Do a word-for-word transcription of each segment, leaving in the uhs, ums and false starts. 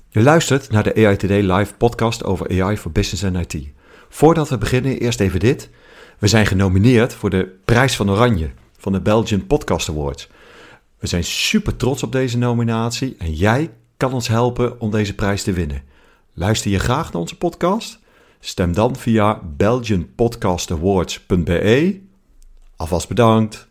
Je luistert naar de A I Today live podcast over A I voor Business en I T. Voordat we beginnen, eerst even dit. We zijn genomineerd voor de Prijs van Oranje van de Belgian Podcast Awards. We zijn super trots op deze nominatie en jij kan ons helpen om deze prijs te winnen. Luister je graag naar onze podcast? Stem dan via belgian podcast awards punt b e. Alvast bedankt.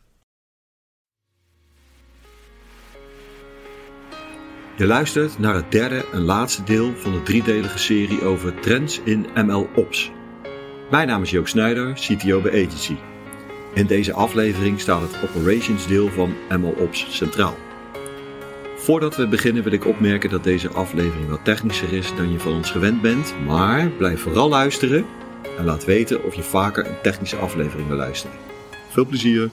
Je luistert naar het derde en laatste deel van de driedelige serie over trends in M L Ops. Mijn naam is Joop Snijder, C T O bij Agency. In deze aflevering staat het operations deel van M L Ops centraal. Voordat we beginnen wil ik opmerken dat deze aflevering wat technischer is dan je van ons gewend bent, maar blijf vooral luisteren en laat weten of je vaker een technische aflevering wil luisteren. Veel plezier!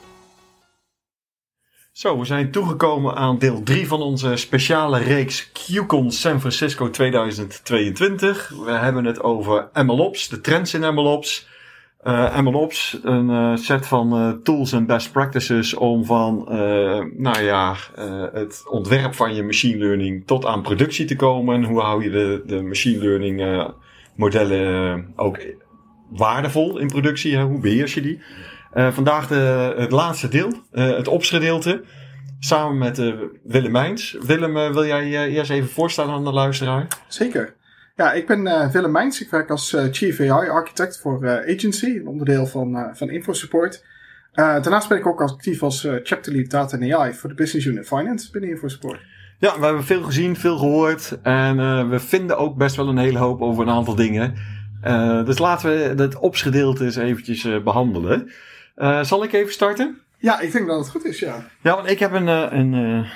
Zo, we zijn toegekomen aan deel drie van onze speciale reeks QCon San Francisco tweeduizend tweeëntwintig. We hebben het over M L Ops, de trends in M L Ops. Uh, M L Ops, een uh, set van uh, tools en best practices om van uh, nou ja, uh, het ontwerp van je machine learning tot aan productie te komen. Hoe hou je de, de machine learning uh, modellen uh, ook waardevol in productie? Hè? Hoe beheers je die? Uh, vandaag de, het laatste deel, uh, het Ops gedeelte, samen met uh, Willem Meijns. Willem, uh, wil jij je uh, eerst even voorstellen aan de luisteraar? Zeker. Ja, ik ben uh, Willem Meijns. Ik werk als uh, Chief A I Architect voor uh, Agency, een onderdeel van, uh, van InfoSupport. Uh, daarnaast ben ik ook actief als uh, Chapter Lead Data en A I voor de Business Unit Finance binnen InfoSupport. Ja, we hebben veel gezien, veel gehoord en uh, we vinden ook best wel een hele hoop over een aantal dingen. Uh, dus laten we het Ops gedeelte eens eventjes uh, behandelen. Uh, zal ik even starten? Ja, ik denk dat het goed is, ja. Ja, want ik heb een, uh, een uh,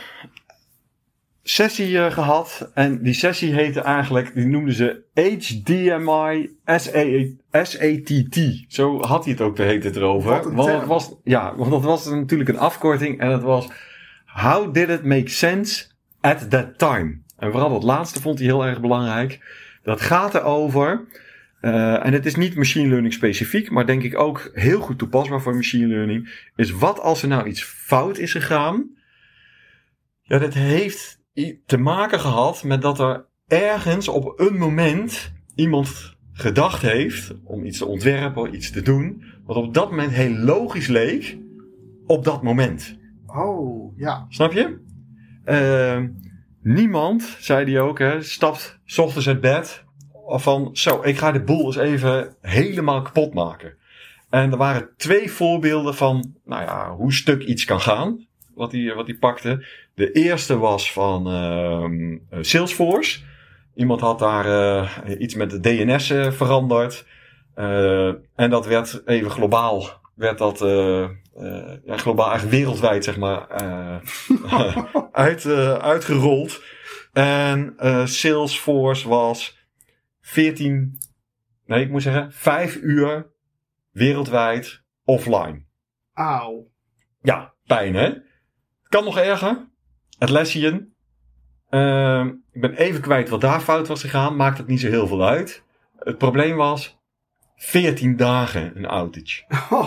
sessie uh, gehad. En die sessie heette eigenlijk, die noemden ze H D M I S A T T. Zo had hij het ook, heet het erover. Want het was, ja, want dat was natuurlijk een afkorting. En het was, how did it make sense at that time? En vooral dat laatste vond hij heel erg belangrijk. Dat gaat erover... Uh, en het is niet machine learning specifiek, maar denk ik ook heel goed toepasbaar voor machine learning, is wat als er nou iets fout is gegaan. Ja, dat heeft te maken gehad met dat er ergens op een moment iemand gedacht heeft om iets te ontwerpen, iets te doen, wat op dat moment heel logisch leek op dat moment. Oh, ja. Snap je? Uh, niemand, zei hij ook, hè, stapt 's ochtends uit bed van, zo, ik ga de boel eens even helemaal kapot maken. En er waren twee voorbeelden van, nou ja, hoe stuk iets kan gaan. Wat hij, wat hij pakte. De eerste was van uh, Salesforce. Iemand had daar uh, iets met de D N S uh, veranderd. Uh, en dat werd even globaal, werd dat uh, uh, ja, globaal, eigenlijk wereldwijd, zeg maar, uh, uit, uh, uitgerold. En uh, Salesforce was veertien, nee, ik moet zeggen, vijf uur wereldwijd offline. Auw. Ja, pijn, hè? Kan nog erger. Atlassian. Uh, ik ben even kwijt wat daar fout was gegaan. Maakt het niet zo heel veel uit. Het probleem was veertien dagen een outage. Oh,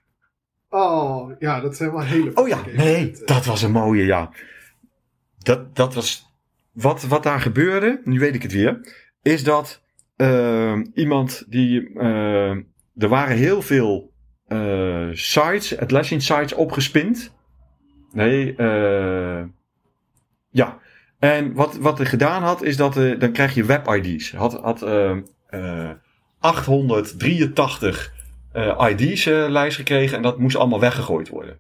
oh ja, dat zijn wel hele... Oh ja, nee, dat was een mooie, ja. Dat, dat was... Wat, wat daar gebeurde, nu weet ik het weer, is dat Uh, iemand die, uh, er waren heel veel uh, sites, Atlassian sites opgespind. Nee, uh, ja. En wat, wat er gedaan had, is dat, uh, dan krijg je web I D's. Had, had uh, uh, achthonderddrieëntachtig uh, I D's uh, lijst gekregen en dat moest allemaal weggegooid worden.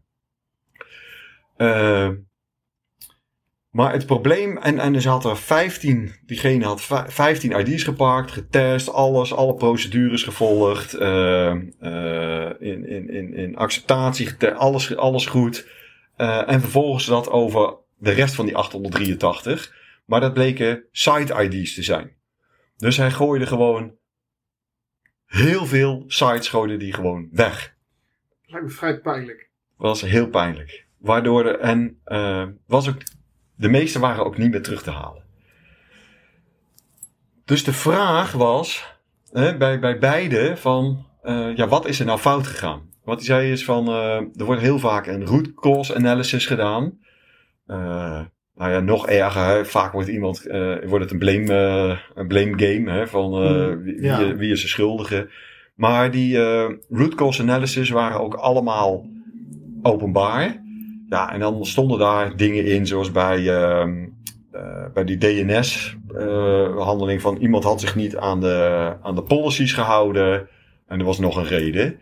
Uh, Maar het probleem, en, en dus had er vijftien, diegene had vijftien I D's gepakt, getest, alles, alle procedures gevolgd, uh, uh, in, in, in, in acceptatie, getest, alles, alles goed. Uh, en vervolgens dat over de rest van die achthonderddrieëntachtig. Maar dat bleken site I D's te zijn. Dus hij gooide gewoon heel veel sites, gooide die gewoon weg. Dat lijkt me vrij pijnlijk. Was heel pijnlijk. Waardoor er, en uh, was ook... De meeste waren ook niet meer terug te halen. Dus de vraag was hè, bij, bij beide van, uh, ja, wat is er nou fout gegaan? Wat hij zei is van, uh, er wordt heel vaak een root cause analysis gedaan. Uh, nou ja, nog erger. Hè? Vaak wordt iemand, uh, wordt het een blame, uh, een blame game, hè? Van uh, wie, ja. wie, wie is de schuldige. Maar die uh, root cause analysis waren ook allemaal openbaar. Ja, en dan stonden daar dingen in, zoals bij, uh, uh, bij die D N S-handeling uh, van iemand had zich niet aan de, aan de policies gehouden. En er was nog een reden.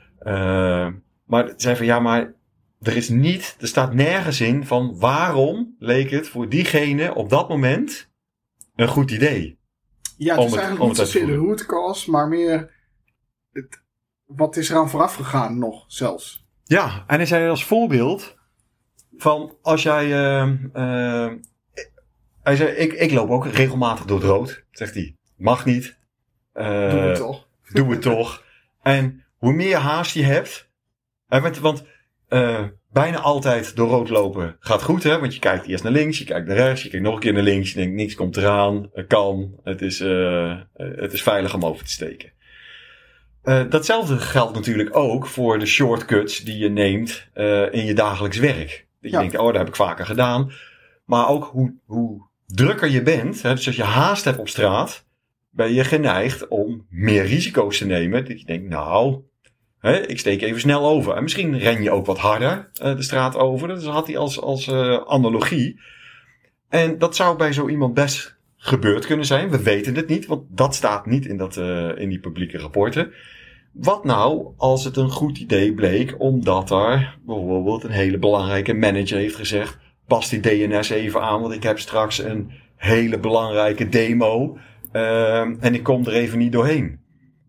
Uh, maar het zei van, ja, maar er is niet, er staat nergens in van waarom leek het voor diegene op dat moment een goed idee. Ja, het is het, eigenlijk niet zozeer de root cause, maar meer het, wat is er aan vooraf gegaan nog zelfs. Ja, en hij zei als voorbeeld van als jij, uh, uh, hij zei, ik, ik loop ook regelmatig door het rood, zegt hij. Mag niet. Uh, doe het toch. Doe het toch. En hoe meer haast je hebt, hè, want, want uh, bijna altijd door rood lopen gaat goed, hè? Want je kijkt eerst naar links, je kijkt naar rechts, je kijkt nog een keer naar links, je denkt niks komt eraan, het kan, het is, uh, het is veilig om over te steken. Uh, datzelfde geldt natuurlijk ook voor de shortcuts die je neemt uh, in je dagelijks werk. Dat je ja. denkt, oh, dat heb ik vaker gedaan. Maar ook hoe, hoe drukker je bent, hè, dus als je haast hebt op straat, ben je geneigd om meer risico's te nemen. Dat je denkt, nou, hè, ik steek even snel over. En misschien ren je ook wat harder uh, de straat over. Dat had hij als, als uh, analogie. En dat zou bij zo iemand best gebeurd kunnen zijn. We weten het niet, want dat staat niet in, dat, uh, in die publieke rapporten. Wat nou als het een goed idee bleek, omdat er bijvoorbeeld een hele belangrijke manager heeft gezegd, pas die D N S even aan, want ik heb straks een hele belangrijke demo uh, en ik kom er even niet doorheen.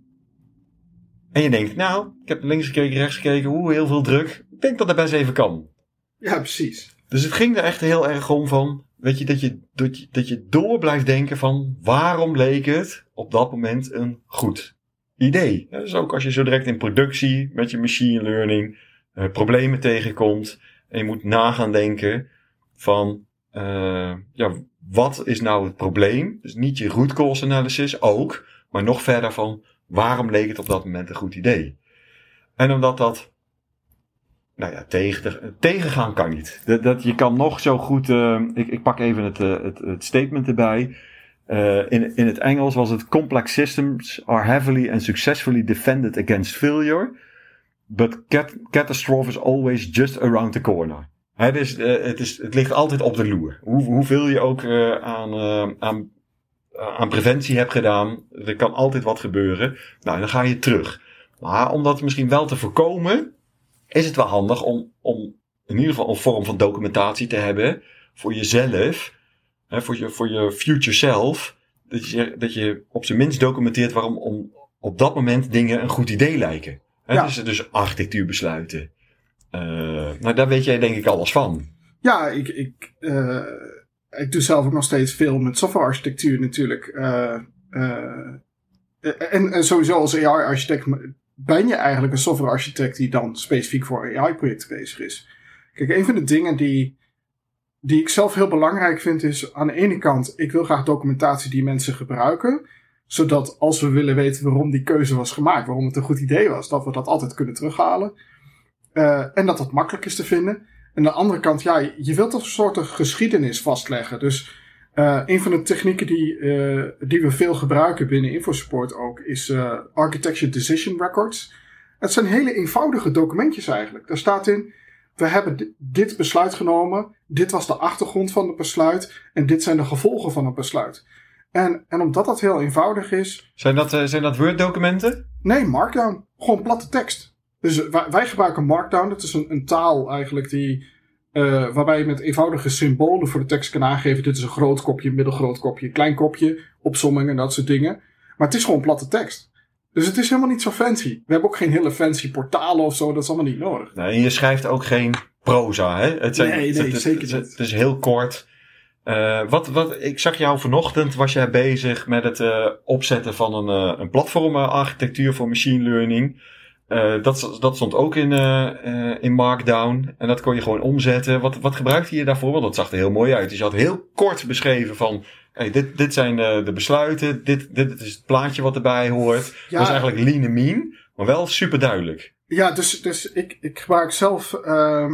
En je denkt, nou, ik heb links gekeken, rechts gekeken, hoe heel veel druk. Ik denk dat dat best even kan. Ja, precies. Dus het ging er echt heel erg om van, weet je, dat je, dat je, dat je door blijft denken van, waarom leek het op dat moment een goed idee? Ja, dus ook als je zo direct in productie met je machine learning uh, problemen tegenkomt en je moet na gaan denken van, uh, ja, wat is nou het probleem? Dus niet je root cause analysis ook, maar nog verder van, waarom leek het op dat moment een goed idee? En omdat dat, nou ja, tegen, tegengaan kan niet. Dat, dat, je kan nog zo goed, uh, ik, ik pak even het, uh, het, het statement erbij. Uh, in, in het Engels was het: complex systems are heavily and successfully defended against failure, but cat, catastrophe is always just around the corner. He, dus, uh, het, is, het ligt altijd op de loer. Hoe, hoeveel je ook uh, aan, uh, aan, uh, aan preventie hebt gedaan, er kan altijd wat gebeuren. Nou, dan ga je terug. Maar om dat misschien wel te voorkomen, is het wel handig om, om in ieder geval een vorm van documentatie te hebben voor jezelf, hè, voor je, voor je future self, dat je, dat je op zijn minst documenteert waarom om, op dat moment dingen een goed idee lijken. Hè, ja. dus, dus architectuurbesluiten. Uh, nou, daar weet jij denk ik alles van. Ja, ik, ik, uh, ik doe zelf ook nog steeds veel met softwarearchitectuur natuurlijk. Uh, uh, en, en sowieso als A I-architect ben je eigenlijk een softwarearchitect die dan specifiek voor A I-projecten bezig is. Kijk, een van de dingen die, die ik zelf heel belangrijk vind is aan de ene kant, ik wil graag documentatie die mensen gebruiken, zodat als we willen weten waarom die keuze was gemaakt, waarom het een goed idee was, dat we dat altijd kunnen terughalen. Uh, en dat dat makkelijk is te vinden. En aan de andere kant, ja, je wilt toch een soort geschiedenis vastleggen. Dus uh, een van de technieken die, uh, die we veel gebruiken binnen InfoSupport ook, is uh, Architecture Decision Records. Het zijn hele eenvoudige documentjes eigenlijk. Daar staat in, we hebben d- dit besluit genomen, dit was de achtergrond van het besluit en dit zijn de gevolgen van het besluit. En, en omdat dat heel eenvoudig is... Zijn dat, uh, zijn dat Word-documenten? Nee, Markdown. Gewoon platte tekst. Dus wij, wij gebruiken Markdown. Dat is een, een taal eigenlijk die, uh, waarbij je met eenvoudige symbolen voor de tekst kan aangeven. Dit is een groot kopje, middelgroot kopje, klein kopje, opsomming en dat soort dingen. Maar het is gewoon platte tekst. Dus het is helemaal niet zo fancy. We hebben ook geen hele fancy portalen of zo. Dat is allemaal niet nodig. Nee, en je schrijft ook geen proza, hè? Het zijn, nee, nee, het, zeker het, niet. Het, het is heel kort. Uh, wat, wat, ik zag jou vanochtend, was jij bezig met het uh, opzetten van een, uh, een platformarchitectuur voor machine learning. Uh, dat, dat stond ook in, uh, uh, in Markdown. En dat kon je gewoon omzetten. Wat, wat gebruikte je daarvoor? Want dat zag er heel mooi uit. Dus je had heel kort beschreven van, hey, dit, dit zijn de, de besluiten. Dit, dit is het plaatje wat erbij hoort. Ja. Dat is eigenlijk lean and mean, maar wel super duidelijk. Ja, dus, dus ik, ik gebruik zelf um,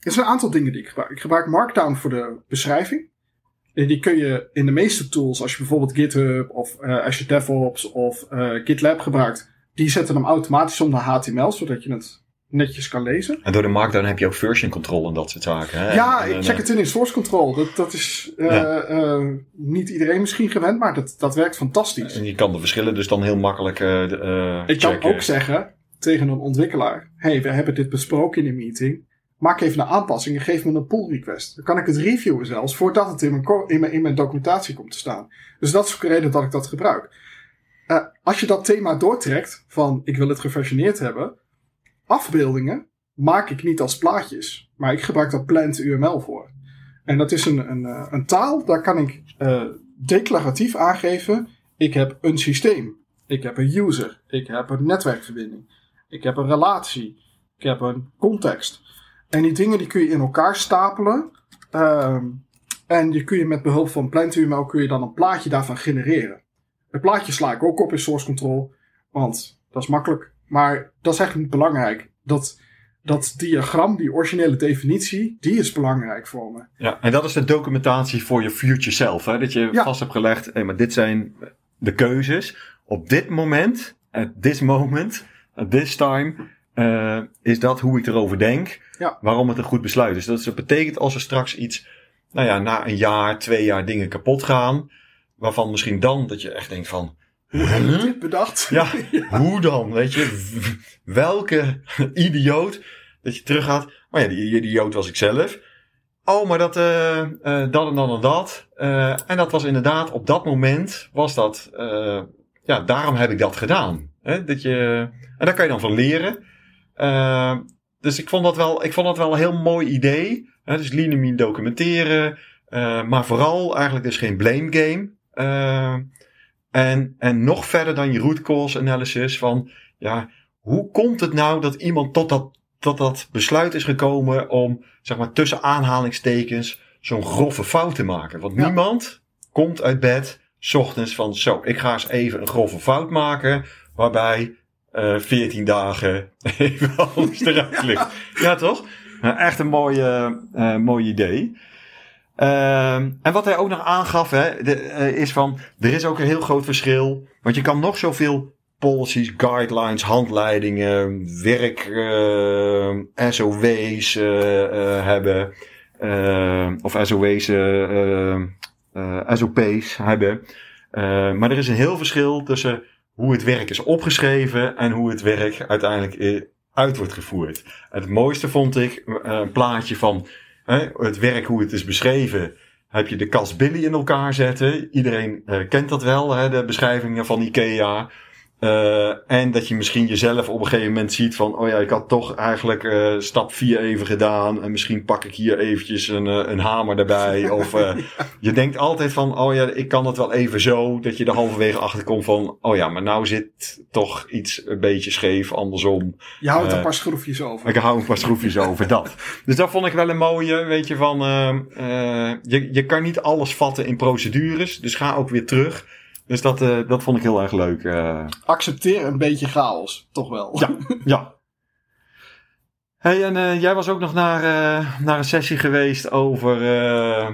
er zijn een aantal dingen die ik gebruik. Ik gebruik Markdown voor de beschrijving. En die kun je in de meeste tools, als je bijvoorbeeld GitHub of uh, Azure DevOps of uh, GitLab gebruikt, die zetten hem automatisch onder H T M L, zodat je het netjes kan lezen. En door de Markdown heb je ook version control en dat soort zaken. Hè? Ja, en, ik en, check het in in source control. Dat, dat is uh, ja. uh, niet iedereen misschien gewend, maar dat, dat werkt fantastisch. En je kan de verschillen dus dan heel makkelijk uh, uh, Ik checken. kan ook zeggen tegen een ontwikkelaar, hey, we hebben dit besproken in een meeting. Maak even een aanpassing en geef me een pull request. Dan kan ik het reviewen zelfs, voordat het in mijn, co- in mijn, in mijn documentatie komt te staan. Dus dat is ook de reden dat ik dat gebruik. Uh, als je dat thema doortrekt, van ik wil het geversioneerd hebben, afbeeldingen maak ik niet als plaatjes. Maar ik gebruik daar Plant U M L voor. En dat is een, een, een taal, daar kan ik uh, declaratief aangeven, ik heb een systeem. Ik heb een user. Ik heb een netwerkverbinding. Ik heb een relatie. Ik heb een context. En die dingen die kun je in elkaar stapelen. Um, en die kun je met behulp van Plant U M L kun je dan een plaatje daarvan genereren. Het plaatje sla ik ook op in source control. Want dat is makkelijk. Maar dat is eigenlijk niet belangrijk. Dat, dat diagram, die originele definitie, die is belangrijk voor me. Ja, en dat is de documentatie voor je future self. Hè? Dat je ja. vast hebt gelegd, hey, maar dit zijn de keuzes. Op dit moment, at this moment, at this time, uh, is dat hoe ik erover denk. Ja. Waarom het een goed besluit is. Dus dat betekent als er straks iets, nou ja, na een jaar, twee jaar dingen kapot gaan, waarvan misschien dan dat je echt denkt van, hoe heb je dit bedacht? Ja, ja, hoe dan? Weet je, welke idioot dat je teruggaat. Maar ja, die idioot was ik zelf. Oh, maar dat, uh, uh, dat en dat en dat. Uh, en dat was inderdaad, op dat moment was dat, uh, ja, daarom heb ik dat gedaan. Hè? Dat je, en daar kan je dan van leren. Uh, dus ik vond dat wel, ik vond dat wel een heel mooi idee. Hè? Dus lean and mean documenteren. Uh, maar vooral eigenlijk dus geen blame game. Uh, en, en nog verder dan je root cause analysis van, ja, hoe komt het nou dat iemand tot dat, tot dat besluit is gekomen om, zeg maar, tussen aanhalingstekens zo'n grove fout te maken? Want ja. niemand komt uit bed 's ochtends van, zo, ik ga eens even een grove fout maken, waarbij uh, veertien dagen even alles eruit ligt. Ja, ja toch? Nou, echt een mooie, uh, mooi idee. Uh, en wat hij ook nog aangaf, hè, de, uh, is van, er is ook een heel groot verschil. Want je kan nog zoveel policies, guidelines, handleidingen, werk, uh, S O W's uh, uh, hebben. Uh, of S O W's, uh, uh, S O P's hebben. Uh, maar er is een heel verschil tussen hoe het werk is opgeschreven en hoe het werk uiteindelijk uh, uit wordt gevoerd. Het mooiste vond ik uh, een plaatje van, He, het werk, hoe het is beschreven, heb je de kast Billy in elkaar zetten. Iedereen uh, kent dat wel, hè, de beschrijvingen van Ikea. Uh, en dat je misschien jezelf op een gegeven moment ziet van, oh ja, ik had toch eigenlijk uh, stap vier even gedaan. En misschien pak ik hier eventjes een, uh, een hamer erbij. Of uh, ja. je denkt altijd van, oh ja, ik kan dat wel even zo. Dat je er halverwege achter komt van, oh ja, maar nou zit toch iets een beetje scheef, andersom. Je houdt uh, een paar schroefjes over. Ik hou een paar schroefjes over, dat. Dus dat vond ik wel een mooie, weet je, van, uh, uh, je, je kan niet alles vatten in procedures. Dus ga ook weer terug. Dus dat, uh, dat vond ik heel erg leuk. Uh. Accepteer een beetje chaos, toch wel. Ja, ja. Hey, en uh, jij was ook nog naar, uh, naar een sessie geweest over uh,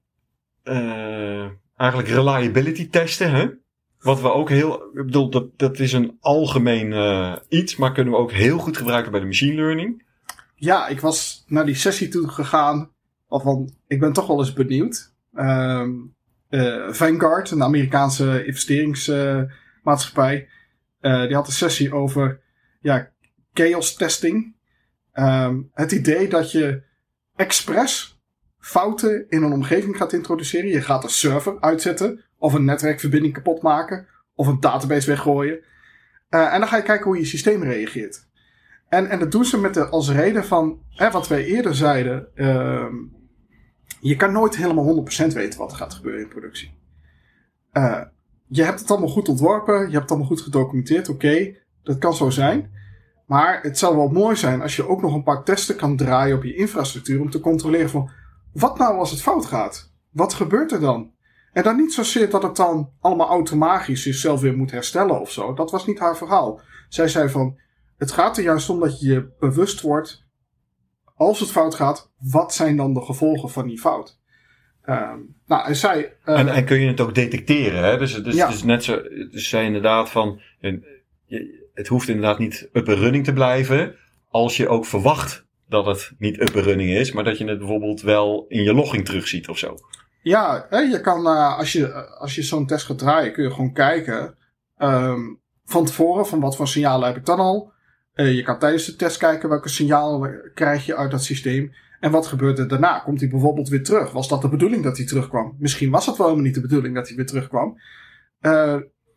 uh, eigenlijk reliability testen, hè? Wat we ook heel, ik bedoel, dat, dat is een algemeen uh, iets, maar kunnen we ook heel goed gebruiken bij de machine learning. Ja, ik was naar die sessie toe gegaan, waarvan ik ben toch wel eens benieuwd. Um, Uh, Vanguard, een Amerikaanse investeringsmaatschappij, uh, uh, die had een sessie over ja, chaos testing. Um, het idee dat je expres fouten in een omgeving gaat introduceren. Je gaat een server uitzetten, of een netwerkverbinding kapot maken, of een database weggooien. Uh, en dan ga je kijken hoe je systeem reageert. En, en dat doen ze met de, als reden van, hè, wat wij eerder zeiden, uh, je kan nooit helemaal honderd procent weten wat er gaat gebeuren in productie. Uh, je hebt het allemaal goed ontworpen. Je hebt het allemaal goed gedocumenteerd. Oké, okay, dat kan zo zijn. Maar het zou wel mooi zijn als je ook nog een paar testen kan draaien op je infrastructuur. Om te controleren van, wat nou als het fout gaat? Wat gebeurt er dan? En dan niet zozeer dat het dan allemaal automatisch zichzelf weer moet herstellen of zo. Dat was niet haar verhaal. Zij zei van, het gaat er juist om dat je je bewust wordt als het fout gaat, wat zijn dan de gevolgen van die fout? Um, nou, en zij... Uh, en, en kun je het ook detecteren, hè? Dus het is ja. dus net zo... Dus zij inderdaad van... Het hoeft inderdaad niet up and running te blijven, als je ook verwacht dat het niet up and running is, maar dat je het bijvoorbeeld wel in je logging terugziet of zo. Ja, je kan, uh, als je, als je zo'n test gaat draaien, kun je gewoon kijken um, van tevoren van wat voor signalen heb ik dan al. Uh, je kan tijdens de test kijken welke signalen krijg je uit dat systeem. En wat gebeurt er daarna? Komt hij bijvoorbeeld weer terug? Was dat de bedoeling dat hij terugkwam? Misschien was het wel helemaal niet de bedoeling dat hij weer terugkwam. Uh,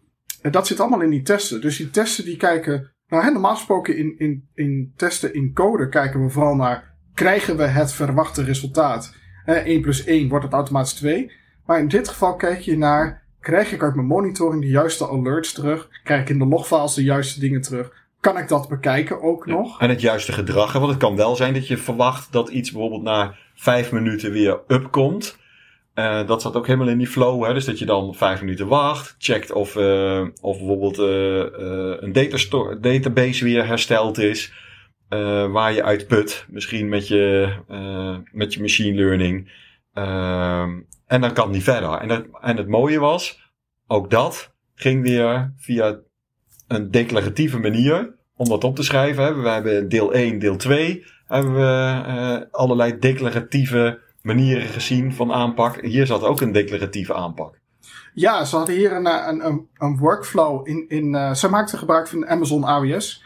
dat zit allemaal in die testen. Dus die testen die kijken... Nou, normaal gesproken in, in, in testen in code kijken we vooral naar... Krijgen we het verwachte resultaat? Uh, één plus één wordt het automatisch twee. Maar in dit geval kijk je naar... Krijg ik uit mijn monitoring de juiste alerts terug? Krijg ik in de logfiles de juiste dingen terug? Kan ik dat bekijken ook ja, nog? En het juiste gedrag. Want het kan wel zijn dat je verwacht dat iets bijvoorbeeld na vijf minuten weer upkomt. Uh, dat zat ook helemaal in die flow. Hè? Dus dat je dan vijf minuten wacht. Checkt of, uh, of bijvoorbeeld uh, uh, een datasto- database weer hersteld is. Uh, waar je uit put. Misschien met je, uh, met je machine learning. Uh, en dan kan die verder. En, dat, en het mooie was, ook dat ging weer via een declaratieve manier om dat op te schrijven. We hebben deel één, deel twee. Hebben we uh, allerlei declaratieve manieren gezien van aanpak. Hier zat ook een declaratieve aanpak. Ja, ze hadden hier een, een, een, een workflow in... in uh, zij maakten gebruik van Amazon A W S.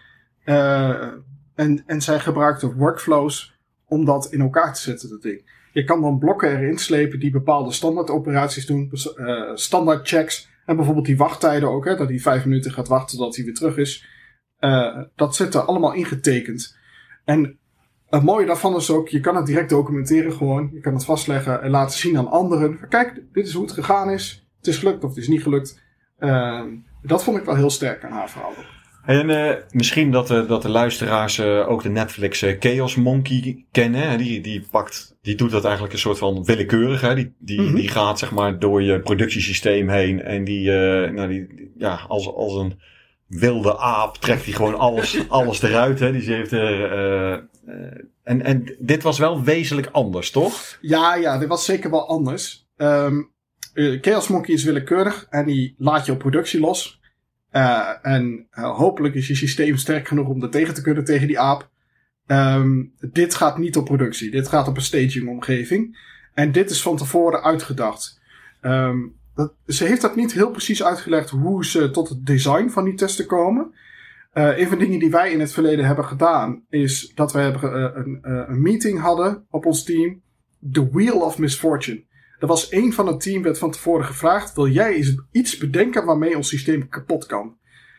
Uh, en, en zij gebruikten workflows om dat in elkaar te zetten, dat ding. Je kan dan blokken erin slepen die bepaalde standaard operaties doen. Uh, standaard checks. En bijvoorbeeld die wachttijden ook. Hè, dat hij vijf minuten gaat wachten tot hij weer terug is. Uh, dat zit er allemaal ingetekend. En het mooie daarvan is ook, je kan het direct documenteren gewoon. Je kan het vastleggen en laten zien aan anderen. Kijk, dit is hoe het gegaan is. Het is gelukt of het is niet gelukt. Uh, dat vond ik wel heel sterk aan haar verhaal. En uh, misschien dat de, dat de luisteraars uh, ook de Netflix uh, Chaos Monkey kennen. Die, die pakt, die doet dat eigenlijk een soort van willekeurig. Hè? Die, die, mm-hmm. die gaat zeg maar door je productiesysteem heen. En die, uh, nou die, ja, als, als een wilde aap trekt die gewoon alles, alles eruit. Hè? Die heeft er, uh, uh, en, en dit was wel wezenlijk anders, toch? Ja, ja, dit was zeker wel anders. Um, uh, Chaos Monkey is willekeurig en die laat je op productie los. Uh, en uh, hopelijk is je systeem sterk genoeg om er tegen te kunnen tegen die aap. Um, dit gaat niet op productie. Dit gaat op een staging omgeving. En dit is van tevoren uitgedacht. Um, dat, ze heeft dat niet heel precies uitgelegd hoe ze tot het design van die testen komen. Uh, een van de dingen die wij in het verleden hebben gedaan is dat we hebben, uh, een, uh, een meeting hadden op ons team. The Wheel of Misfortune. Er was één van het team werd van tevoren gevraagd, wil jij eens iets bedenken waarmee ons systeem kapot kan?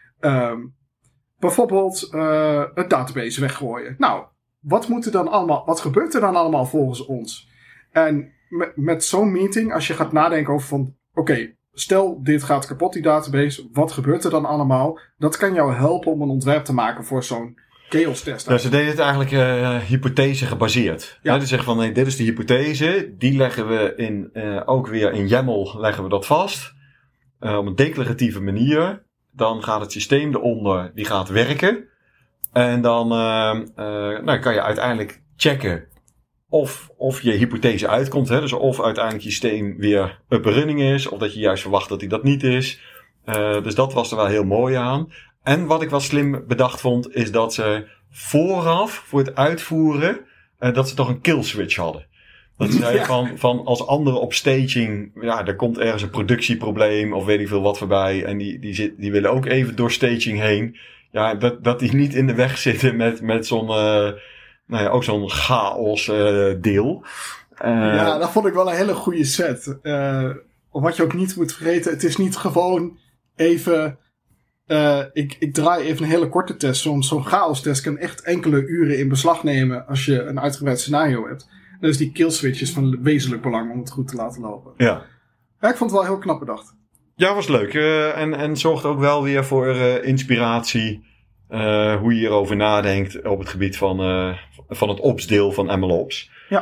Um, bijvoorbeeld uh, een database weggooien. Nou, wat moet er dan allemaal, wat gebeurt er dan allemaal volgens ons? En met, met zo'n meeting, als je gaat nadenken over van, oké, okay, stel dit gaat kapot die database, wat gebeurt er dan allemaal? Dat kan jou helpen om een ontwerp te maken voor zo'n chaos test. Nou, ze deden het eigenlijk uh, hypothese gebaseerd. Ja. Ze zeggen van, nee, dit is de hypothese. Die leggen we in, uh, ook weer in YAML leggen we dat vast. Uh, op een declaratieve manier. Dan gaat het systeem eronder, die gaat werken. En dan uh, uh, nou, kan je uiteindelijk checken of, of je hypothese uitkomt. Hè? Dus of uiteindelijk je systeem weer up and running is. Of dat je juist verwacht dat hij dat niet is. Uh, dus dat was er wel heel mooi aan. En wat ik wel slim bedacht vond, is dat ze vooraf, voor het uitvoeren, uh, dat ze toch een kill switch hadden. Dat ze zeiden ja. van, van als anderen op staging, ja, er komt ergens een productieprobleem of weet ik veel wat voorbij. En die, die, zit, die willen ook even door staging heen. Ja, dat, dat die niet in de weg zitten met, met zo'n, uh, nou ja, ook zo'n chaos uh, deel. Uh, ja, dat vond ik wel een hele goede set. Uh, wat je ook niet moet vergeten, het is niet gewoon even... Uh, ik, ik draai even een hele korte test. Zo'n, zo'n chaos test kan echt enkele uren in beslag nemen als je een uitgebreid scenario hebt. Dus die kill switch is van wezenlijk belang om het goed te laten lopen. Ja. Ja, ik vond het wel heel knap bedacht. Ja, was leuk. Uh, en, en zorgt ook wel weer voor uh, inspiratie. Uh, hoe je hierover nadenkt op het gebied van, uh, van het ops-deel van MLOps. Ja.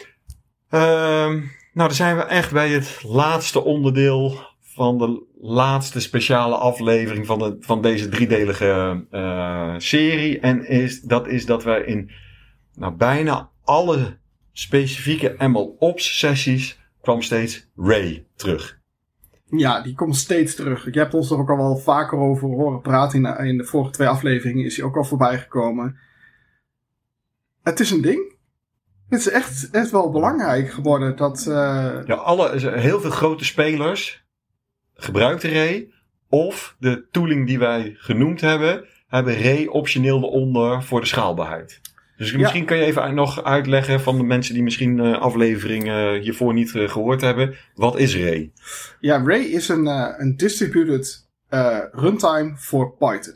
Uh, nou, dan zijn we echt bij het laatste onderdeel van de laatste speciale aflevering van, de, van deze driedelige uh, serie. En is, dat is dat wij in nou, bijna alle specifieke M L Ops sessies kwam steeds Ray terug. Ja, die komt steeds terug. Je hebt ons er ook al wel vaker over horen praten. In, in de vorige twee afleveringen is hij ook al voorbij gekomen. Het is een ding. Het is echt, echt wel belangrijk geworden dat... Uh... Ja, alle, heel veel grote spelers gebruikten Ray. Of de tooling die wij genoemd hebben, hebben Ray optioneel eronder voor de schaalbaarheid. Dus ja. Misschien kan je even nog uitleggen van de mensen die misschien uh, afleveringen hiervoor niet uh, gehoord hebben. Wat is Ray? Ja, Ray is een, uh, een distributed uh, runtime voor Python.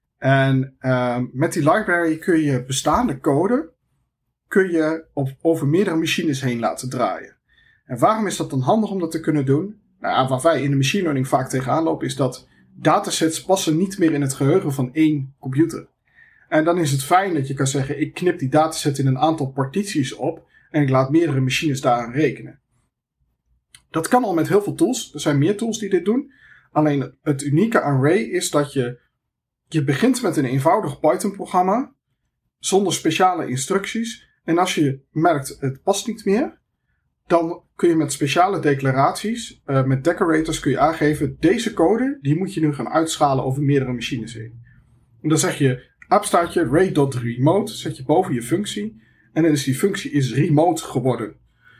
En uh, met die library kun je bestaande code kun je op, over meerdere machines heen laten draaien. En waarom is dat dan handig om dat te kunnen doen? Nou ja, waar wij in de machine learning vaak tegenaan lopen is dat datasets passen niet meer in het geheugen van één computer. En dan is het fijn dat je kan zeggen, ik knip die dataset in een aantal partities op en ik laat meerdere machines daaraan rekenen. Dat kan al met heel veel tools. Er zijn meer tools die dit doen. Alleen het unieke aan Ray is dat je, je begint met een eenvoudig Python-programma zonder speciale instructies. En als je merkt, het past niet meer, dan kun je met speciale declaraties, uh, met decorators kun je aangeven, deze code, die moet je nu gaan uitschalen over meerdere machines heen. En dan zeg je, apenstaartje ray.remote, zet je boven je functie. En dan is die functie is remote geworden.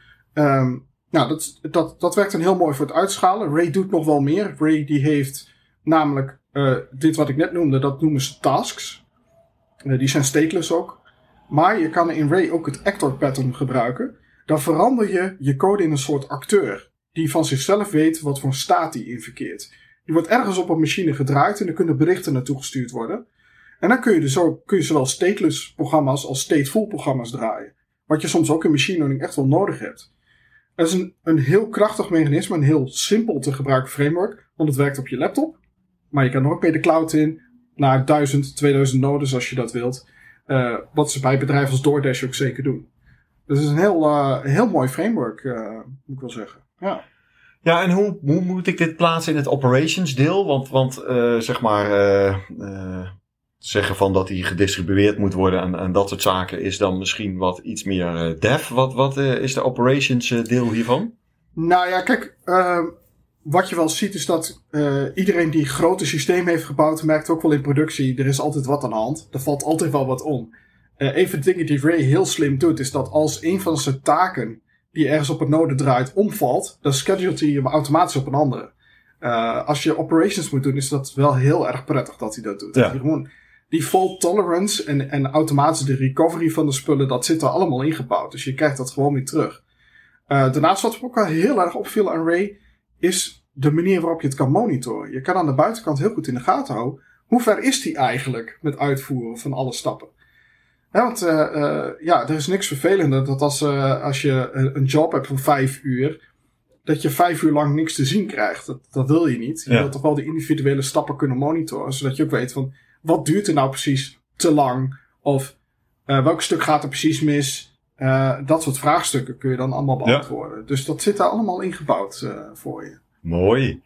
Um, nou, dat, dat, dat werkt dan heel mooi voor het uitschalen. Ray doet nog wel meer. Ray die heeft namelijk uh, dit wat ik net noemde, dat noemen ze tasks. Uh, die zijn stateless ook. Maar je kan in Ray ook het actor pattern gebruiken. Dan verander je je code in een soort acteur. Die van zichzelf weet wat voor staat die in verkeert. Die wordt ergens op een machine gedraaid en er kunnen berichten naartoe gestuurd worden. En dan kun je dus ook, kun je zowel stateless programma's als stateful programma's draaien. Wat je soms ook in machine learning echt wel nodig hebt. Dat is een, een heel krachtig mechanisme, een heel simpel te gebruiken framework. Want het werkt op je laptop. Maar je kan er ook mee de cloud in. Naar duizend, tweeduizend nodes als je dat wilt. Uh, wat ze bij bedrijven als DoorDash ook zeker doen. Dus het is een heel, uh, heel mooi framework, uh, moet ik wel zeggen. Ja. Ja, en hoe, hoe moet ik dit plaatsen in het operations deel? Want, want uh, zeg maar, uh, uh, zeggen van dat die gedistribueerd moet worden en, en dat soort zaken is dan misschien wat iets meer uh, dev. Wat, wat uh, is de operations uh, deel hiervan? Nou ja, kijk, uh, wat je wel ziet is dat uh, iedereen die grote systemen heeft gebouwd, merkt ook wel in productie, er is altijd wat aan de hand. Er valt altijd wel wat om. Uh, een van de dingen die Ray heel slim doet, is dat als een van zijn taken die ergens op een node draait omvalt, dan schedulet hij hem automatisch op een andere. Uh, als je operations moet doen, is dat wel heel erg prettig dat hij dat doet. Ja. Dat hij gewoon die fault tolerance en, en automatisch de recovery van de spullen, dat zit er allemaal ingebouwd. Dus je krijgt dat gewoon weer terug. Uh, daarnaast wat me ook wel heel erg opviel aan Ray, is de manier waarop je het kan monitoren. Je kan aan de buitenkant heel goed in de gaten houden, hoe ver is die eigenlijk met uitvoeren van alle stappen. Ja, want uh, uh, ja, er is niks vervelender dat als, uh, als je een job hebt van vijf uur, dat je vijf uur lang niks te zien krijgt. Dat, dat wil je niet. Je ja. wilt toch wel de individuele stappen kunnen monitoren, zodat je ook weet van, wat duurt er nou precies te lang? Of uh, welk stuk gaat er precies mis? Uh, dat soort vraagstukken kun je dan allemaal beantwoorden. Ja. Dus dat zit daar allemaal ingebouwd uh, voor je. Mooi.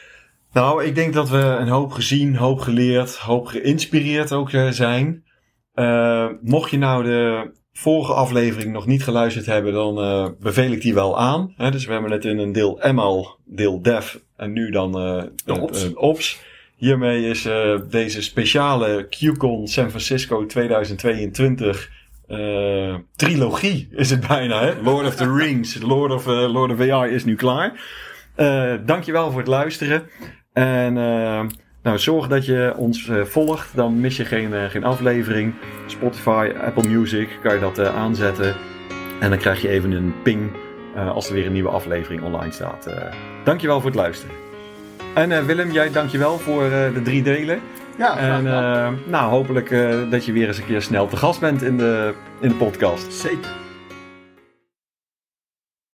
Nou, ik denk dat we een hoop gezien, hoop geleerd, hoop geïnspireerd ook uh, zijn. Uh, mocht je nou de vorige aflevering nog niet geluisterd hebben, dan uh, beveel ik die wel aan. Hè? Dus we hebben het in een deel M L, deel Dev en nu dan uh, de Ops. Uh, Ops. Hiermee is uh, deze speciale QCon San Francisco tweeduizend tweeëntwintig uh, trilogie is het bijna. Hè? Lord of the Rings, Lord of, uh, Lord of A I is nu klaar. Uh, dankjewel voor het luisteren. En uh, nou, zorg dat je ons uh, volgt, dan mis je geen, uh, geen aflevering. Spotify, Apple Music, kan je dat uh, aanzetten. En dan krijg je even een ping uh, als er weer een nieuwe aflevering online staat. Uh, dankjewel voor het luisteren. En uh, Willem, jij dankjewel voor uh, de drie delen. Ja, en uh, nou, hopelijk uh, dat je weer eens een keer snel te gast bent in de, in de podcast. Zeker.